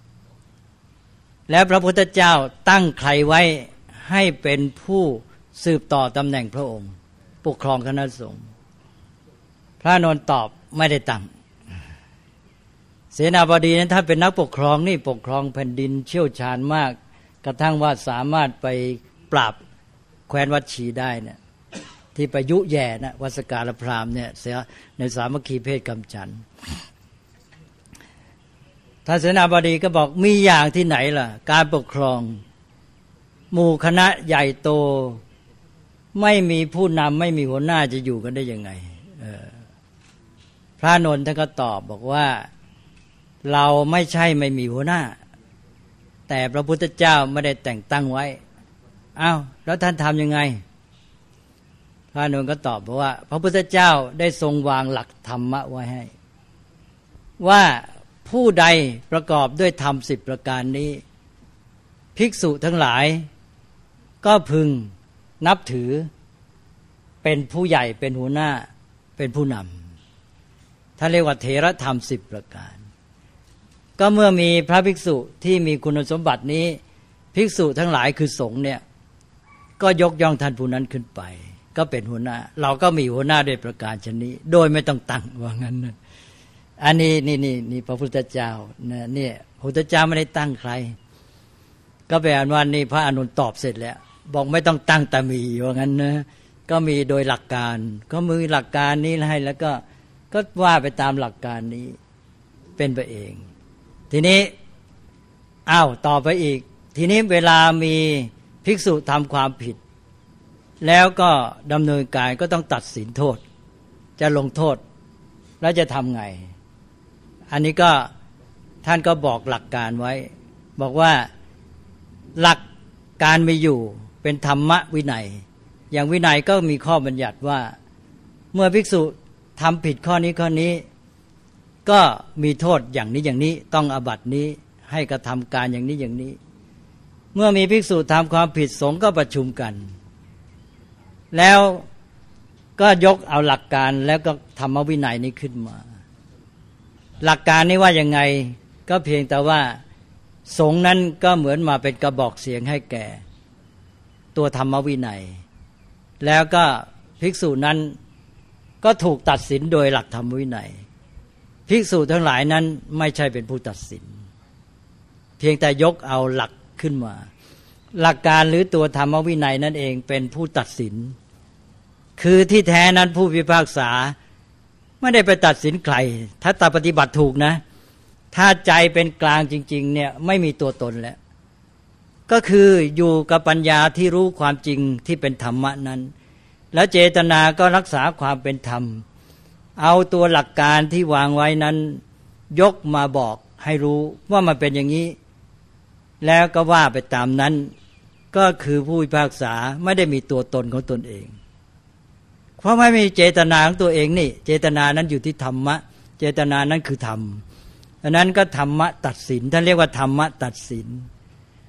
แล้วพระพุทธเจ้าตั้งใครไว้ให้เป็นผู้สืบต่อตำแหน่งพระองค์ปกครองคณะสงฆ์พระอานนท์ตอบไม่ได้ตั้งเสนาบดีนั้นท่านเป็นนักปกครองนี่ปกครองแผ่นดินเชี่ยวชาญมากกระทั่งว่าสามารถไปปราบแคว้นวัดชีได้เนี่ยที่ไปยุแย่นะวัสการพราหมณ์เนี่ยเสียในสามัคคีเพศกำจัดท่านเสนาบดีก็บอกมีอย่างที่ไหนล่ะการปกครองหมู่คณะใหญ่โตไม่มีผู้นำไม่มีหัวหน้าจะอยู่กันได้ยังไงพระอานนท์ท่านก็ตอบบอกว่าเราไม่ใช่ไม่มีหัวหน้าแต่พระพุทธเจ้าไม่ได้แต่งตั้งไว้อ้าวแล้วท่านทำยังไงพระอานนท์ก็ตอบบอกว่าพระพุทธเจ้าได้ทรงวางหลักธรรมะไว้ให้ว่าผู้ใดประกอบด้วยธรรมสิบประการนี้ภิกษุทั้งหลายก็พึงนับถือเป็นผู้ใหญ่เป็นหัวหน้าเป็นผู้นำท่านเรียกว่าเถรธรรมสิบประการก็เมื่อมีพระภิกษุที่มีคุณสมบัตินี้ภิกษุทั้งหลายคือสงฆ์เนี่ยก็ยกย่องท่านผู้นั้นขึ้นไปก็เป็นหัวหน้าเราก็มีหัวหน้าด้วยประการชนิดโดยไม่ต้องตั้งว่างั้นนะอันนี้นี่นี่นี่พระพุทธเจ้านะเนี่ยพระพุทธเจ้าไม่ได้ตั้งใครก็แปลว่านี่พระอานนท์ตอบเสร็จแล้วบอกไม่ต้องตั้งแต่มีว่างั้นนะก็มีโดยหลักการก็มีหลักการนี้ให้แล้วก็ก็ว่าไปตามหลักการนี้เป็นไปเองทีนี้อ้าวต่อไปอีกทีนี้เวลามีภิกษุทำความผิดแล้วก็ดำเนินการก็ต้องตัดสินโทษจะลงโทษแล้วจะทำไงอันนี้ก็ท่านก็บอกหลักการไว้บอกว่าหลักการมีอยู่เป็นธรรมวินัยอย่างวินัยก็มีข้อบัญญัติว่าเมื่อภิกษุทำผิดข้อนี้ข้อนี้ก็มีโทษอย่างนี้อย่างนี้ต้องอาบัตินี้ให้กระทำการอย่างนี้อย่างนี้เมื่อมีภิกษุทำความผิดสงฆ์ก็ประชุมกันแล้วก็ยกเอาหลักการแล้วก็ธรรมวินัยนี้ขึ้นมาหลักการนี้ว่ายังไงก็เพียงแต่ว่าสงฆ์นั้นก็เหมือนมาเป็นกระบอกเสียงให้แก่ตัวธรรมวินัยแล้วก็ภิกษุนั้นก็ถูกตัดสินโดยหลักธรรมวินัยภิกษุทั้งหลายนั้นไม่ใช่เป็นผู้ตัดสินเพียงแต่ยกเอาหลักขึ้นมาหลักการหรือตัวธรรมวินัยนั่นเองเป็นผู้ตัดสินคือที่แท้นั้นผู้พิพากษาไม่ได้ไปตัดสินใครถ้าตาปฏิบัติถูกนะถ้าใจเป็นกลางจริงๆเนี่ยไม่มีตัวตนแล้วก็คืออยู่กับปัญญาที่รู้ความจริงที่เป็นธรรมะนั้นแล้วเจตนาก็รักษาความเป็นธรรมเอาตัวหลักการที่วางไว้นั้นยกมาบอกให้รู้ว่ามันเป็นอย่างนี้แล้วก็ว่าไปตามนั้นก็คือผู้พิพากษาไม่ได้มีตัวตนของตนเองเพราะไม่มีเจตนาของตัวเองนี่เจตนานั้นอยู่ที่ธรรมะเจตนานั้นคือธรรมอันนั้นก็ธรรมะตัดสินท่านเรียกว่าธรรมะตัดสิน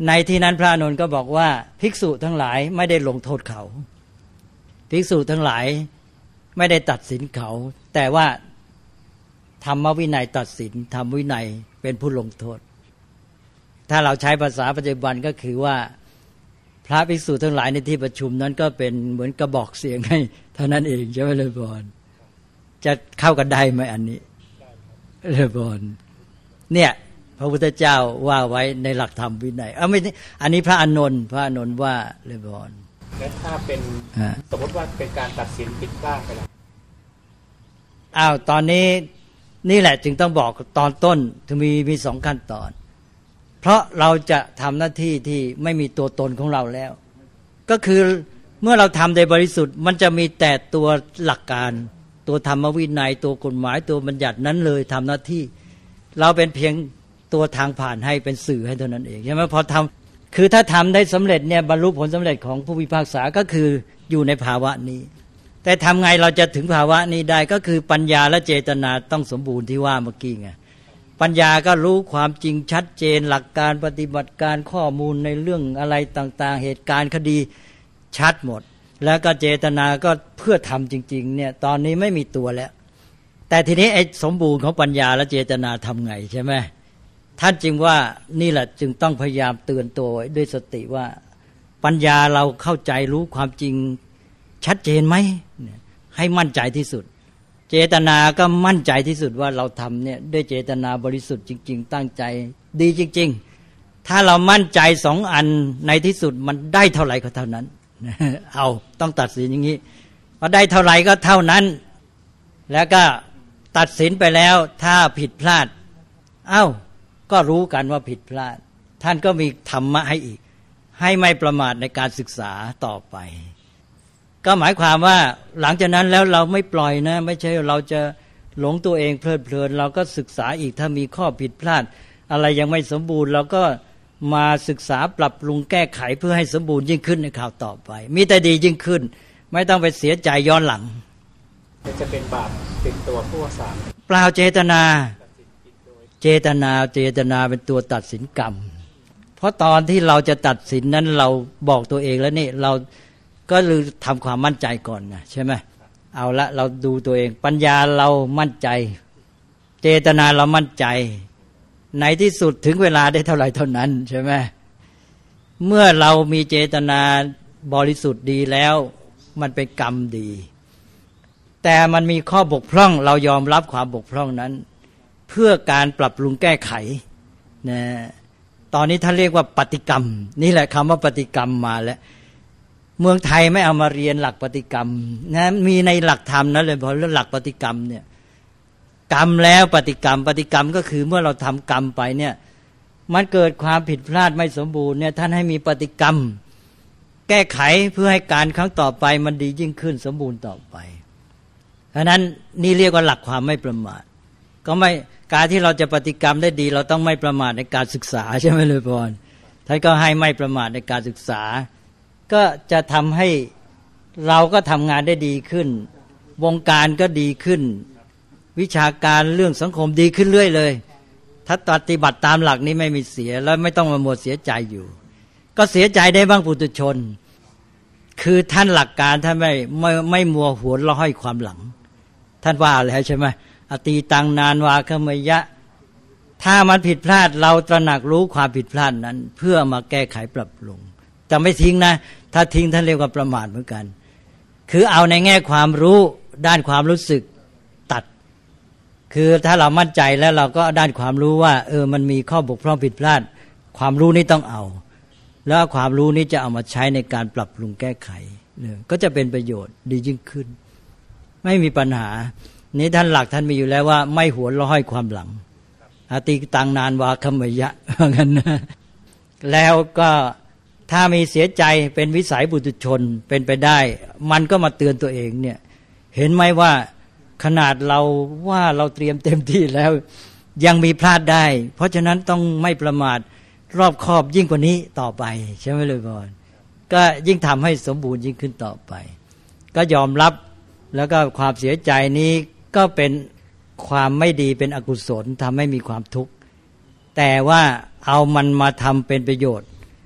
ในที่นั้นพระอานนท์ก็บอกว่าภิกษุทั้งหลายไม่ได้ลงโทษเขาภิกษุทั้งหลายไม่ได้ตัดสินเขาแต่ว่าธรรมวินัยตัดสินธรรมวินัยเป็นผู้ลงโทษถ้าเราใช้ภาษาปัจจุบันก็คือว่าพระภิกษุทั้งหลายในที่ประชุมนั้นก็เป็นเหมือนกระบอกเสียงให้เท่านั้นเองใช่ไหมเลยบอลจะเข้ากันได้ไหมอันนี้เลยบอลเนี่ยพระพุทธเจ้าว่าไว้ในหลักธรรมวินัยเออไม่อันนี้พระอานนท์พระอานนท์ว่าเลยบอลและถ้าเป็นสมมติว่าเป็นการตัดสินผิดพลาดไปแล้วอ้าวตอนนี้นี่แหละจึงต้องบอกตอนต้นถึงมีมีสองขั้นตอนเพราะเราจะทำหน้าที่ที่ไม่มีตัวตนของเราแล้วก็คือเมื่อเราทำโดยบริสุทธิ์มันจะมีแต่ตัวหลักการตัวธรรมวินัยตัวกฎหมายตัวบัญญัตินั้นเลยทำหน้าที่เราเป็นเพียงตัวทางผ่านให้เป็นสื่อให้เท่านั้นเองใช่ไหมพอทำคือถ้าทำได้สำเร็จเนี่ยบรรลุผลสำเร็จของผู้พิพากษาก็คืออยู่ในภาวะนี้แต่ทำไงเราจะถึงภาวะนี้ได้ก็คือปัญญาและเจตนาต้องสมบูรณ์ที่ว่าเมื่อกี้ไงปัญญาก็รู้ความจริงชัดเจนหลักการปฏิบัติการข้อมูลในเรื่องอะไรต่างๆเหตุการณ์คดีชัดหมดแล้วก็เจตนาก็เพื่อทำจริงๆเนี่ยตอนนี้ไม่มีตัวแล้วแต่ทีนี้ไอ้สมบูรณ์ของปัญญาและเจตนาทำไงใช่ไหมท่านจึงว่านี่แหละจึงต้องพยายามเตือนตัวด้วยสติว่าปัญญาเราเข้าใจรู้ความจริงชัดเจนไหมให้มั่นใจที่สุดเจตนาก็มั่นใจที่สุดว่าเราทำเนี่ยด้วยเจตนาบริสุทธิ์จริงๆตั้งใจดีจริงๆถ้าเรามั่นใจสองอันในที่สุดมันได้เท่าไหร่ก็เท่านั้นเอาต้องตัดสินอย่างนี้พอได้เท่าไหร่ก็เท่านั้นแล้วก็ตัดสินไปแล้วถ้าผิดพลาดเอ้าก็รู้กันว่าผิดพลาดท่านก็มีธรรมะให้อีกให้ไม่ประมาทในการศึกษาต่อไปก็หมายความว่าหลังจากนั้นแล้วเราไม่ปล่อยนะไม่ใช่เราจะหลงตัวเองเพลิดเพลินเราก็ศึกษาอีกถ้ามีข้อผิดพลาดอะไรยังไม่สมบูรณ์เราก็มาศึกษาปรับปรุงแก้ไขเพื่อให้สมบูรณ์ยิ่งขึ้นในข่าวต่อไปมีแต่ดียิ่งขึ้นไม่ต้องไปเสียใจย้อนหลังจะเป็นบาปติดตัวผู้พิพากษาเปล่าเจตนาเจตนาเจตนาเป็นตัวตัดสินกรรมเพราะตอนที่เราจะตัดสินนั้นเราบอกตัวเองแล้วนี่เราก็เลยทำความมั่นใจก่อนนะใช่ไหมเอาละเราดูตัวเองปัญญาเรามั่นใจเจตนาเรามั่นใจในที่สุดถึงเวลาได้เท่าไหร่เท่านั้นใช่ไหมเมื่อเรามีเจตนาบริสุทธิ์ดีแล้วมันเป็นกรรมดีแต่มันมีข้อบกพร่องเรายอมรับความบกพร่องนั้นเพื่อการปรับปรุงแก้ไขนะตอนนี้ท่านเรียกว่าปฏิกรรมนี่แหละคำว่าปฏิกรรมมาแล้วเมืองไทยไม่เอามาเรียนหลักปฏิกรรมนะมีในหลักธรรมนะเลยพอเรื่องหลักปฏิกรรมเนี่ยกรรมแล้วปฏิกรรมปฏิกรรมก็คือเมื่อเราทำกรรมไปเนี่ยมันเกิดความผิดพลาดไม่สมบูรณ์เนี่ยท่านให้มีปฏิกรรมแก้ไขเพื่อให้การครั้งต่อไปมันดียิ่งขึ้นสมบูรณ์ต่อไปเพราะนั้นนี่เรียกว่าหลักความไม่ประมาทก็ไม่การที่เราจะปฏิกรรมได้ดีเราต้องไม่ประมาทในการศึกษาใช่ไหมเลยพรท่านก็ให้ไม่ประมาทในการศึกษาก็จะทำให้เราก็ทำงานได้ดีขึ้นวงการก็ดีขึ้นวิชาการเรื่องสังคมดีขึ้นเรื่อยเลยถ้าปฏิบัติตามหลักนี้ไม่มีเสียแล้วไม่ต้องมาหมดเสียใจอยู่ก็เสียใจได้บ้างปุถุชนคือท่านหลักการท่านไม่ไม่ไม่มัวหัวละห้อยความหลังท่านว่าแล้วใช่ไหมอตีตังนานวาคมยะถ้ามันผิดพลาดเราตระหนักรู้ความผิดพลาดนั้นเพื่อมาแก้ไขปรับปรุงจะไม่ทิ้งนะถ้าทิ้งท่านเรียกว่าประมาทเหมือนกันคือเอาในแง่ความรู้ด้านความรู้สึกตัดคือถ้าเรามั่นใจแล้วเราก็ด้านความรู้ว่าเออมันมีข้อบกพร่องผิดพลาดความรู้นี้ต้องเอาแล้วความรู้นี้จะเอามาใช้ในการปรับปรุงแก้ไขเนี่ยก็จะเป็นประโยชน์ดียิ่งขึ้นไม่มีปัญหานี้ท่านหลักท่านมีอยู่แล้วว่าไม่หัวละห้อยความหลังอติตังนานวาคมยะงั้นนะแล้วก็ถ้ามีเสียใจเป็นวิสัยบุตุชนเป็นไปได้มันก็มาเตือนตัวเองเนี่ยเห็นไหมว่าขนาดเราว่าเราเตรียมเต็มที่แล้วยังมีพลาดได้เพราะฉะนั้นต้องไม่ประมาทรอบคอบยิ่งกว่านี้ต่อไปใช่ไหมเลยบอลก็ยิ่งทำให้สมบูรณ์ยิ่งขึ้นต่อไปก็ยอมรับแล้วก็ความเสียใจนี้ก็เป็นความไม่ดีเป็นอกุศลทำให้มีความทุกข์แต่ว่าเอามันมาทำเป็นประโยชน์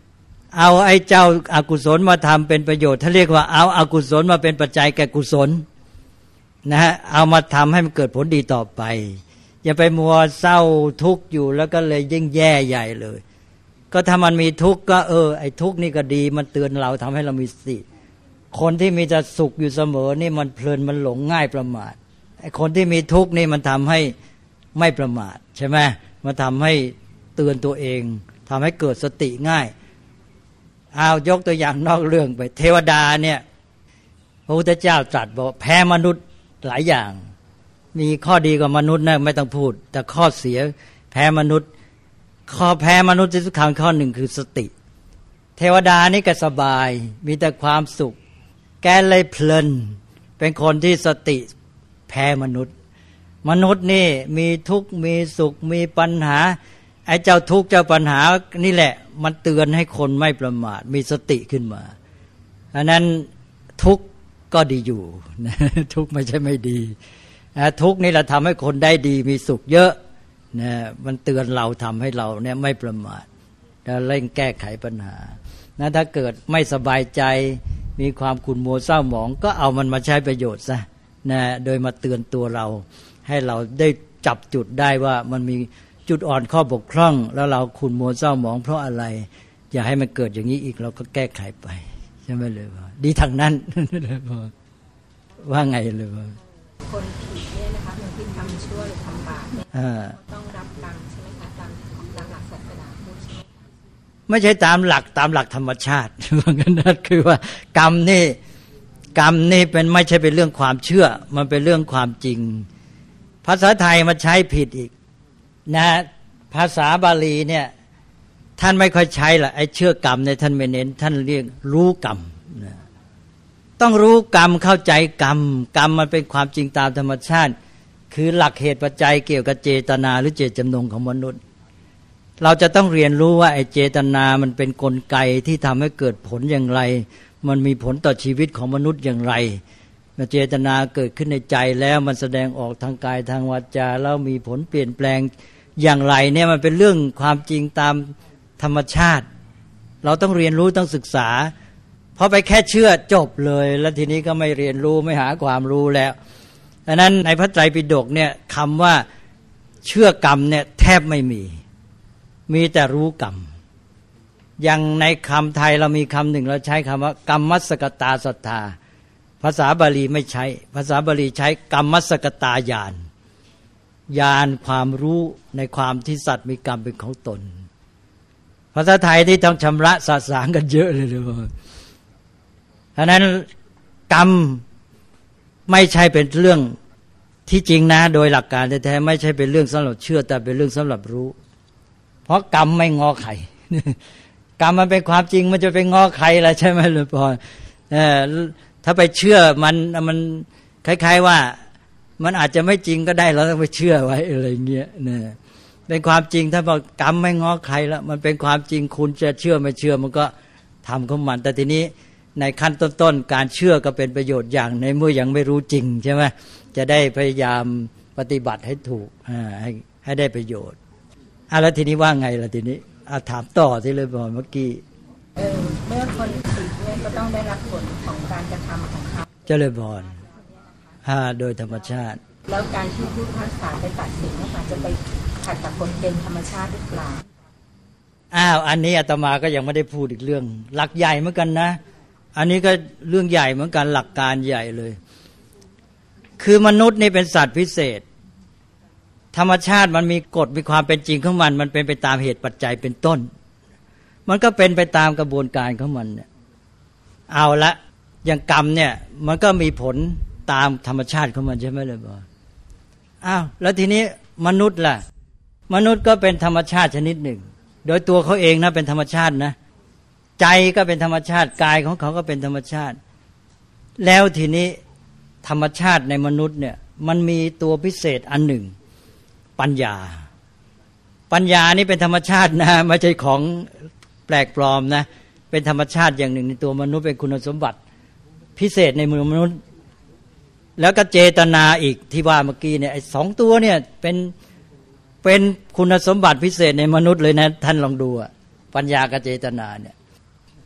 เอาไอ้เจ้าอากุศลมาทำเป็นประโยชน์ถ้าเรียกว่าเอาอากุศลมาเป็นปัจจัยแก่กุศลนะฮะเอามาทำให้มันเกิดผลดีต่อไปอย่าไปมัวเศร้าทุกข์อยู่แล้วก็เลยยิ่งแย่ใหญ่เลยก็ถ้ามันมีทุกข์ก็เออไอ้ทุกข์นี่ก็ดีมันเตือนเราทำให้เรามีสติคนที่มีแต่สุขอยู่เสมอนี่มันเพลินมันหลงง่ายประมาทไอ้คนที่มีทุกข์นี่มันทำให้ไม่ประมาทใช่ไหมมันทำให้เตือนตัวเองทำให้เกิดสติง่ายเอายกตัวอย่างนอกเรื่องไปเทวดาเนี่ยพระพุทธเจ้าตรัสบอกแพ้มนุษย์หลายอย่างมีข้อดีกว่ามนุษย์นะไม่ต้องพูดแต่ข้อเสียแพ้มนุษย์ข้อแพ้มนุษย์ที่สำคัญข้อหนึ่งคือสติเทวดานี่ก็สบายมีแต่ความสุขแกเลยเพลินเป็นคนที่สติแพ้มนุษย์มนุษย์นี่มีทุกข์มีสุขมีปัญหาไอ้เจ้าทุกข์เจ้าปัญหานี่แหละมันเตือนให้คนไม่ประมาทมีสติขึ้นมาอันนั้นทุกข์ก็ดีอยู่นะทุกข์ไม่ใช่ไม่ดีทุกข์นี่แหละทำให้คนได้ดีมีสุขเยอะนะมันเตือนเราทำให้เราเนี่ยไม่ประมาทแล้วเร่งแก้ไขปัญหานะถ้าเกิดไม่สบายใจมีความขุ่นมัวเศร้าหมองก็เอามันมาใช้ประโยชน์ซะนะโดยมาเตือนตัวเราให้เราได้จับจุดได้ว่ามันมีจุดอ่อนข้อบกพร่องแล้วเราขุ่นมัวเศร้าหมองเพราะอะไรอย่าให้มันเกิดอย่างนี้อีกเราก็แก้ไขไปใช่ไหมเลยว่าดีทางนั้นเลยว่าไงเลยว่าคนผิดเนี่ยนะคะคนที่ทำชั่วหรือทำบาปเนี่ยต้องรับกรรมใช่ไหมคะตามตามหลักศาสนาพุทธใช่ไหมไม่ใช่ตามหลักตามหลักธรรมชาติว่างั้นนั่นคือว่ากรรมนี่กรรมนี่เป็นไม่ใช่เป็นเรื่องความเชื่อมันเป็นเรื่องความจริงภาษาไทยมันใช้ผิดอีกนะภาษาบาลีเนี่ยท่านไม่ค่อยใช้ละไอ้เชื่อกรรมเนี่ยท่านไม่เน้นท่านเรียกรู้กรรมนะต้องรู้กรรมเข้าใจกรรมกรรมมันเป็นความจริงตามธรรมชาติคือหลักเหตุปัจจัยเกี่ยวกับเจตนาหรือเจตจำนงของมนุษย์เราจะต้องเรียนรู้ว่าไอ้เจตนามันเป็นกลไกที่ทำให้เกิดผลอย่างไรมันมีผลต่อชีวิตของมนุษย์อย่างไรเจตนาเกิดขึ้นในใจแล้วมันแสดงออกทางกายทางวาจาแล้วมีผลเปลี่ยนแปลงอย่างไรเนี่ยมันเป็นเรื่องความจริงตามธรรมชาติเราต้องเรียนรู้ต้องศึกษาพอไปแค่เชื่อจบเลยแล้วทีนี้ก็ไม่เรียนรู้ไม่หาความรู้แล้วดังนั้นในพระไตรปิฎกเนี่ยคำว่าเชื่อกรรมเนี่ยแทบไม่มีมีแต่รู้กรรมอย่างในคำไทยเรามีคำหนึ่งเราใช้คำว่ากรรมัสสกตาศรัทธาภาษาบาลีไม่ใช้ภาษาบาลีใช้กรรมัสสกตาญาณญาณความรู้ในความที่สัตว์มีกรรมเป็นของตนภาษาไทยที่ต้องชำระสะสางกันเยอะเลยเลยเพราะนั้นกรรมไม่ใช่เป็นเรื่องที่จริงนะโดยหลักการแท้ๆไม่ใช่เป็นเรื่องสำหรับเชื่อแต่เป็นเรื่องสำหรับรู้เพราะกรรมไม่งอใครกรรมมันเป็นความจริงมันจะไปงอใครล่ะใช่ไหมหลวงพ่อเออถ้าไปเชื่อมันมันคล้ายๆว่ามันอาจจะไม่จริงก็ได้เราต้องไปเชื่อไว้อะไรเงี้ยเนี่ยเป็นความจริงถ้าบอกกรรมไม่ง้อใครแล้วมันเป็นความจริงคุณจะเชื่อไม่เชื่อมันก็ทำของมันแต่ทีนี้ในขั้นต้นๆการเชื่อก็เป็นประโยชน์อย่างในเมื่อยังไม่รู้จริงใช่ไหมจะได้พยายามปฏิบัติให้ถูกให้ให้ได้ประโยชน์อ่ะแล้วทีนี้ว่าไงล่ะทีนี้อ่ะถามต่อที่เลยบอกเมื่อกี้เออเมื่อคนผิดเนี่ยก็ต้องได้รับผลของการกระทำของเขาเจริญพรฮ่าโดยธรรมชาติแล้วการที่ผู้พิพากษาไปตัดสินว่าจะไปขัดกับกฎเกณฑ์ธรรมชาติหรือเปล่าอ้าวอันนี้อาตมาก็ยังไม่ได้พูดอีกเรื่องหลักใหญ่เหมือนกันนะอันนี้ก็เรื่องใหญ่เหมือนกันหลักการใหญ่เลยคือมนุษย์นี่เป็นสัตว์พิเศษธรรมชาติมันมีกฎมีความเป็นจริงของมันมันเป็นไปตามเหตุปัจจัยเป็นต้นมันก็เป็นไปตามกระบวนการของมันเนี่ยเอาละอย่างกรรมเนี่ยมันก็มีผลตามธรรมชาติของมันใช่ไหมเลยบอกอ้าวแล้วทีนี้มนุษย์ล่ะมนุษย์ก็เป็นธรรมชาติชนิดหนึ่งโดยตัวเขาเองนะเป็นธรรมชาตินะใจก็เป็นธรรมชาติกายของเขาก็เป็นธรรมชาติแล้วทีนี้ธรรมชาติในมนุษย์เนี่ยมันมีตัวพิเศษอันหนึ่งปัญญาปัญญานี่เป็นธรรมชาตินะไม่ใช่ของแปลกปลอมนะเป็นธรรมชาติอย่างหนึ่งในตัวมนุษย์เป็นคุณสมบัติพิเศษในมือมนุษย์แล้วก็เจตนาอีกที่ว่าเมื่อกี้เนี่ยไอ้สองตัวเนี่ยเป็นเป็นคุณสมบัติพิเศษในมนุษย์เลยนะท่านลองดูปัญญากับเจตนาเนี่ย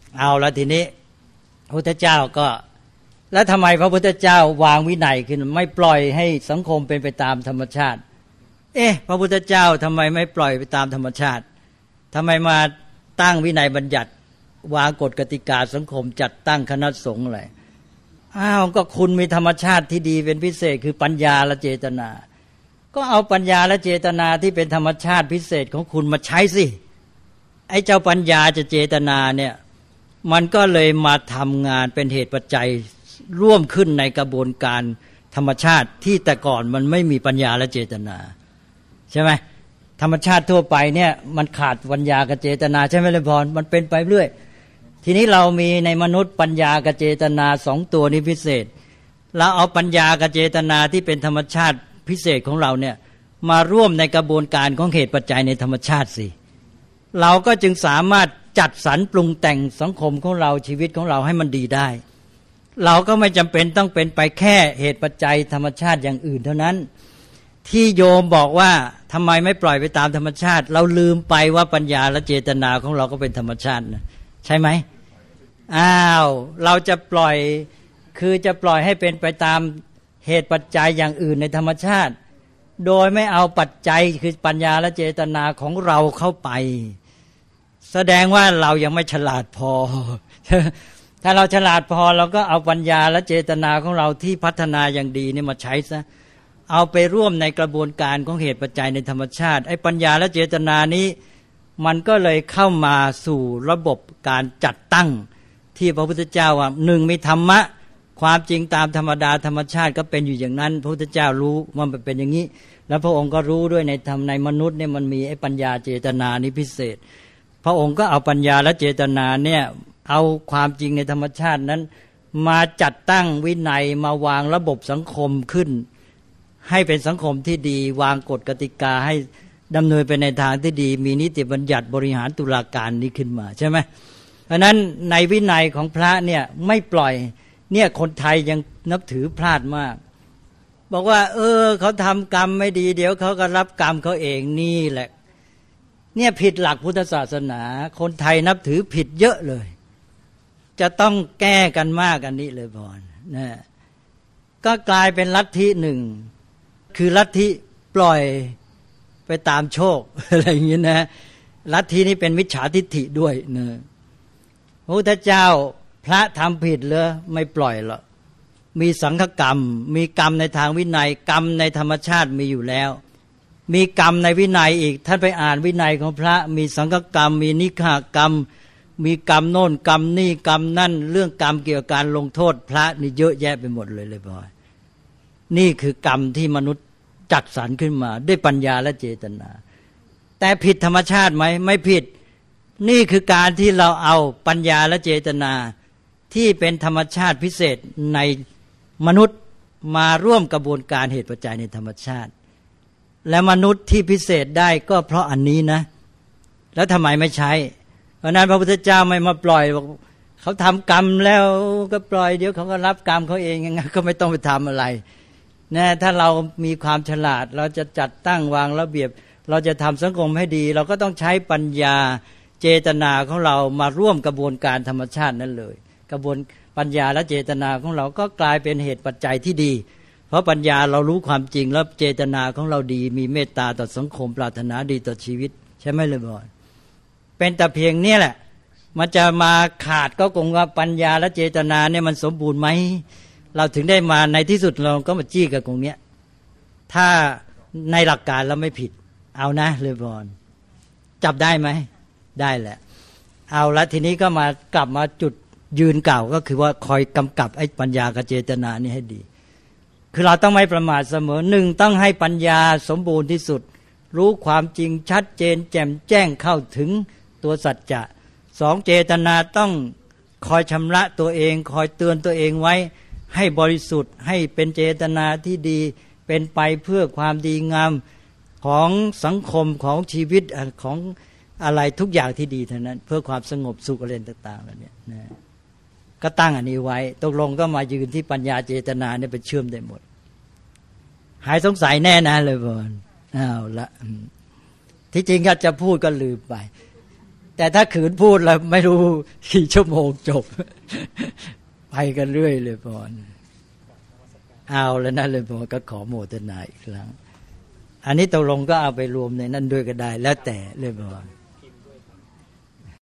เอาละทีนี้พระพุทธเจ้าก็แล้วทำไมพระพุทธเจ้าวางวินัยขึ้นไม่ปล่อยให้สังคมเป็นไปตามธรรมชาติเอ๊ะพระพุทธเจ้าทำไมไม่ปล่อยไปตามธรรมชาติทำไมมาตั้งวินัยบัญญัติวางกฎกติกาสังคมจัดตั้งคณะสงฆ์อะไรอ้าวก็คุณมีธรรมชาติที่ดีเป็นพิเศษคือปัญญาและเจตนาก็เอาปัญญาและเจตนาที่เป็นธรรมชาติพิเศษของคุณมาใช้สิไอ้เจ้าปัญญาจะเจตนาเนี่ยมันก็เลยมาทำงานเป็นเหตุปัจจัยร่วมขึ้นในกระบวนการธรรมชาติที่แต่ก่อนมันไม่มีปัญญาและเจตนาใช่ไหมธรรมชาติทั่วไปเนี่ยมันขาดปัญญากับเจตนาใช่ไหมเลยพรมันเป็นไปเรื่อยทีนี้เรามีในมนุษย์ปัญญากับเจตนาสองตัวนี้พิเศษเราเอาปัญญากับเจตนาที่เป็นธรรมชาติพิเศษของเราเนี่ยมาร่วมในกระบวนการของเหตุปัจจัยในธรรมชาติสิเราก็จึงสามารถจัดสรรปรุงแต่งสังคมของเราชีวิตของเราให้มันดีได้เราก็ไม่จำเป็นต้องเป็นไปแค่เหตุปัจจัยธรรมชาติอย่างอื่นเท่านั้นที่โยมบอกว่าทำไมไม่ปล่อยไปตามธรรมชาติเราลืมไปว่าปัญญาและเจตนาของเราก็เป็นธรรมชาตินะใช่ไหมอ้าวเราจะปล่อยคือจะปล่อยให้เป็นไปตามเหตุปัจจัยอย่างอื่นในธรรมชาติโดยไม่เอาปัจจัยคือปัญญาและเจตนาของเราเข้าไปแสดงว่าเรายังไม่ฉลาดพอ ถ้าเราฉลาดพอเราก็เอาปัญญาและเจตนาของเราที่พัฒนาอย่างดีนี่มาใช้ซะเอาไปร่วมในกระบวนการของเหตุปัจจัยในธรรมชาติไอ้ปัญญาและเจตนานี้มันก็เลยเข้ามาสู่ระบบการจัดตั้งที่พระพุทธเจ้าว่าหนึ่งมีธรรมะความจริงตามธรรมดาธรรมชาติก็เป็นอยู่อย่างนั้นพระพุทธเจ้ารู้ว่ามันเป็นอย่างนี้แล้วพระองค์ก็รู้ด้วยในธรรมในมนุษย์เนี่ยมันมีไอ้ปัญญาเจตนานี้พิเศษพระองค์ก็เอาปัญญาและเจตนาเนี่ยเอาความจริงในธรรมชาตินั้นมาจัดตั้งวินัยมาวางระบบสังคมขึ้นให้เป็นสังคมที่ดีวางกฎกติกาให้ดำเนินไปในทางที่ดีมีนิติบัญญัติบริหารตุลาการนี้ขึ้นมาใช่ไหมเพราะนั้นในวินัยของพระเนี่ยไม่ปล่อยเนี่ยคนไทยยังนับถือพลาดมากบอกว่าเออเขาทำกรรมไม่ดีเดี๋ยวเขาก็รับกรรมเขาเองนี่แหละเนี่ยผิดหลักพุทธศาสนาคนไทยนับถือผิดเยอะเลยจะต้องแก้กันมากอันนี้เลยบอลนะก็กลายเป็นลัทธิหนึ่งคือลัทธิปล่อยไปตามโชคอะไรอย่างนี้นะลัทธินี้เป็นมิจฉาทิฏฐิด้วยนะพระพุทธเจ้าพระทำผิดเลยไม่ปล่อยหรอกมีสังฆกรรมมีกรรมในทางวินัยกรรมในธรรมชาติมีอยู่แล้วมีกรรมในวินัยอีกท่านไปอ่านวินัยของพระมีสังฆกรรมมีนิฆากรรมมีกรรมโน่นกรรมนี่กรรมนั่นเรื่องกรรมเกี่ยวกับการลงโทษพระนี่เยอะแยะไปหมดเลยเลยบอยนี่คือกรรมที่มนุษย์จัดสรรขึ้นมาด้วยปัญญาและเจตนาแต่ผิดธรรมชาติไหมไม่ผิดนี่คือการที่เราเอาปัญญาและเจตนาที่เป็นธรรมชาติพิเศษในมนุษย์มาร่วมกระบวนการเหตุปัจจัยในธรรมชาติและมนุษย์ที่พิเศษได้ก็เพราะอันนี้นะแล้วทำไมไม่ใช้เพราะนั้นพระพุทธเจ้าไม่มาปล่อยบอกเขาทำกรรมแล้วก็ปล่อยเดี๋ยวเขาก็รับกรรมเขาเองยังไงก็ไม่ต้องไปทำอะไรนะถ้าเรามีความฉลาดเราจะจัดตั้งวางระเบียบเราจะทำสังคมให้ดีเราก็ต้องใช้ปัญญาเจตนาของเรามาร่วมกระบวนการธรรมชาตินั้นเลยกระบวนปัญญาและเจตนาของเราก็กลายเป็นเหตุปัจจัยที่ดีเพราะปัญญาเรารู้ความจริงแล้วเจตนาของเราดีมีเมตตาต่อสังคมปรารถนาดีต่อชีวิตใช่ไหมเลยบ่อยเป็นแต่เพียงนี้แหละมันจะมาขาดก็คงว่าปัญญาและเจตนาเนี่ยมันสมบูรณ์ไหมเราถึงได้มาในที่สุดเราก็มาจี้กับตรงเนี้ยถ้าในหลักการเราไม่ผิดเอานะเลยบอลจับได้ไหมได้แหละเอาละทีนี้ก็มากลับมาจุดยืนเก่าก็คือว่าคอยกำกับไอ้ปัญญากับเจตนานี่ให้ดีคือเราต้องไม่ประมาทเสมอหนึ่งต้องให้ปัญญาสมบูรณ์ที่สุดรู้ความจริงชัดเจนแจ่มแจ้งเข้าถึงตัวสัจจะสองเจตนาต้องคอยชำระตัวเองคอยเตือนตัวเองไว้ให้บริสุทธิ์ให้เป็นเจตนาที่ดีเป็นไปเพื่อความดีงามของสังคมของชีวิตของอะไรทุกอย่างที่ดีเท่านั้นเพื่อความสงบสุขอะไรต่างๆแล้วเนี่ยนะก็ตั้งอันนี้ไว้ตกลงก็มายืนที่ปัญญาเจตนาเนี่ยไปเชื่อมได้หมดหายสงสัยแน่นะเลยบอลอ้าวละที่จริงก็จะพูดก็ลืมไปแต่ถ้าขืนพูดแล้วไม่รู้กี่ชั่วโมงจบไปกันเรื่อยเลยพรเอาแล้วนะเลยพรก็ขอโมทนาอีกครั้งอันนี้ตกลงก็เอาไปรวมในนั้นด้วยก็ได้แล้วแต่เลยพร